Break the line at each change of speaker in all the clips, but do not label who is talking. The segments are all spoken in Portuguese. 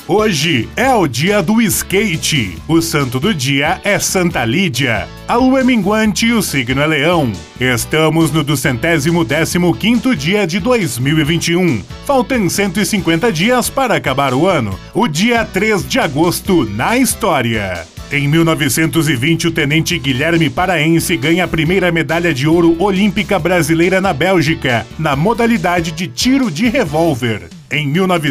Hoje é o dia do skate. O santo do dia é Santa Lídia. A lua é minguante e o signo é leão. Estamos no 215º dia de 2021. Faltam 150 dias para acabar o ano. O dia 3 de agosto na história. Em 1920, o tenente Guilherme Paraense ganha a primeira medalha de ouro olímpica brasileira na Bélgica, na modalidade de tiro de revólver. Em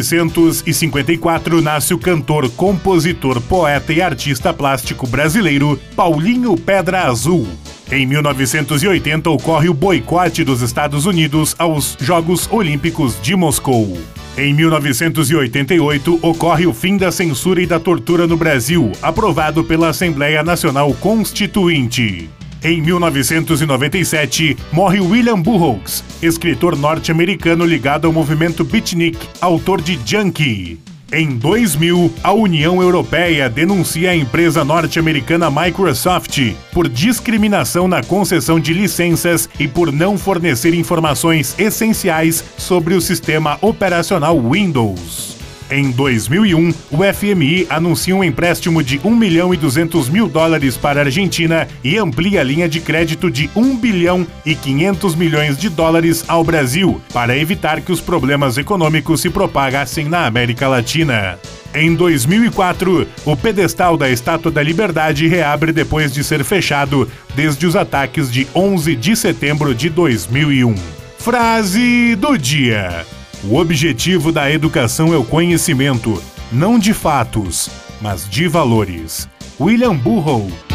1954, nasce o cantor, compositor, poeta e artista plástico brasileiro Paulinho Pedra Azul. Em 1980, ocorre o boicote dos Estados Unidos aos Jogos Olímpicos de Moscou. Em 1988, ocorre o fim da censura e da tortura no Brasil, aprovado pela Assembleia Nacional Constituinte. Em 1997, morre William Burroughs, escritor norte-americano ligado ao movimento beatnik, autor de Junkie. Em 2000, a União Europeia denuncia a empresa norte-americana Microsoft por discriminação na concessão de licenças e por não fornecer informações essenciais sobre o sistema operacional Windows. Em 2001, o FMI anuncia um empréstimo de $1.200.000 para a Argentina e amplia a linha de crédito de $1.5 bilhão ao Brasil, para evitar que os problemas econômicos se propagassem na América Latina. Em 2004, o pedestal da Estátua da Liberdade reabre depois de ser fechado desde os ataques de 11 de setembro de 2001. Frase do dia: o objetivo da educação é o conhecimento, não de fatos, mas de valores. William Burroughs.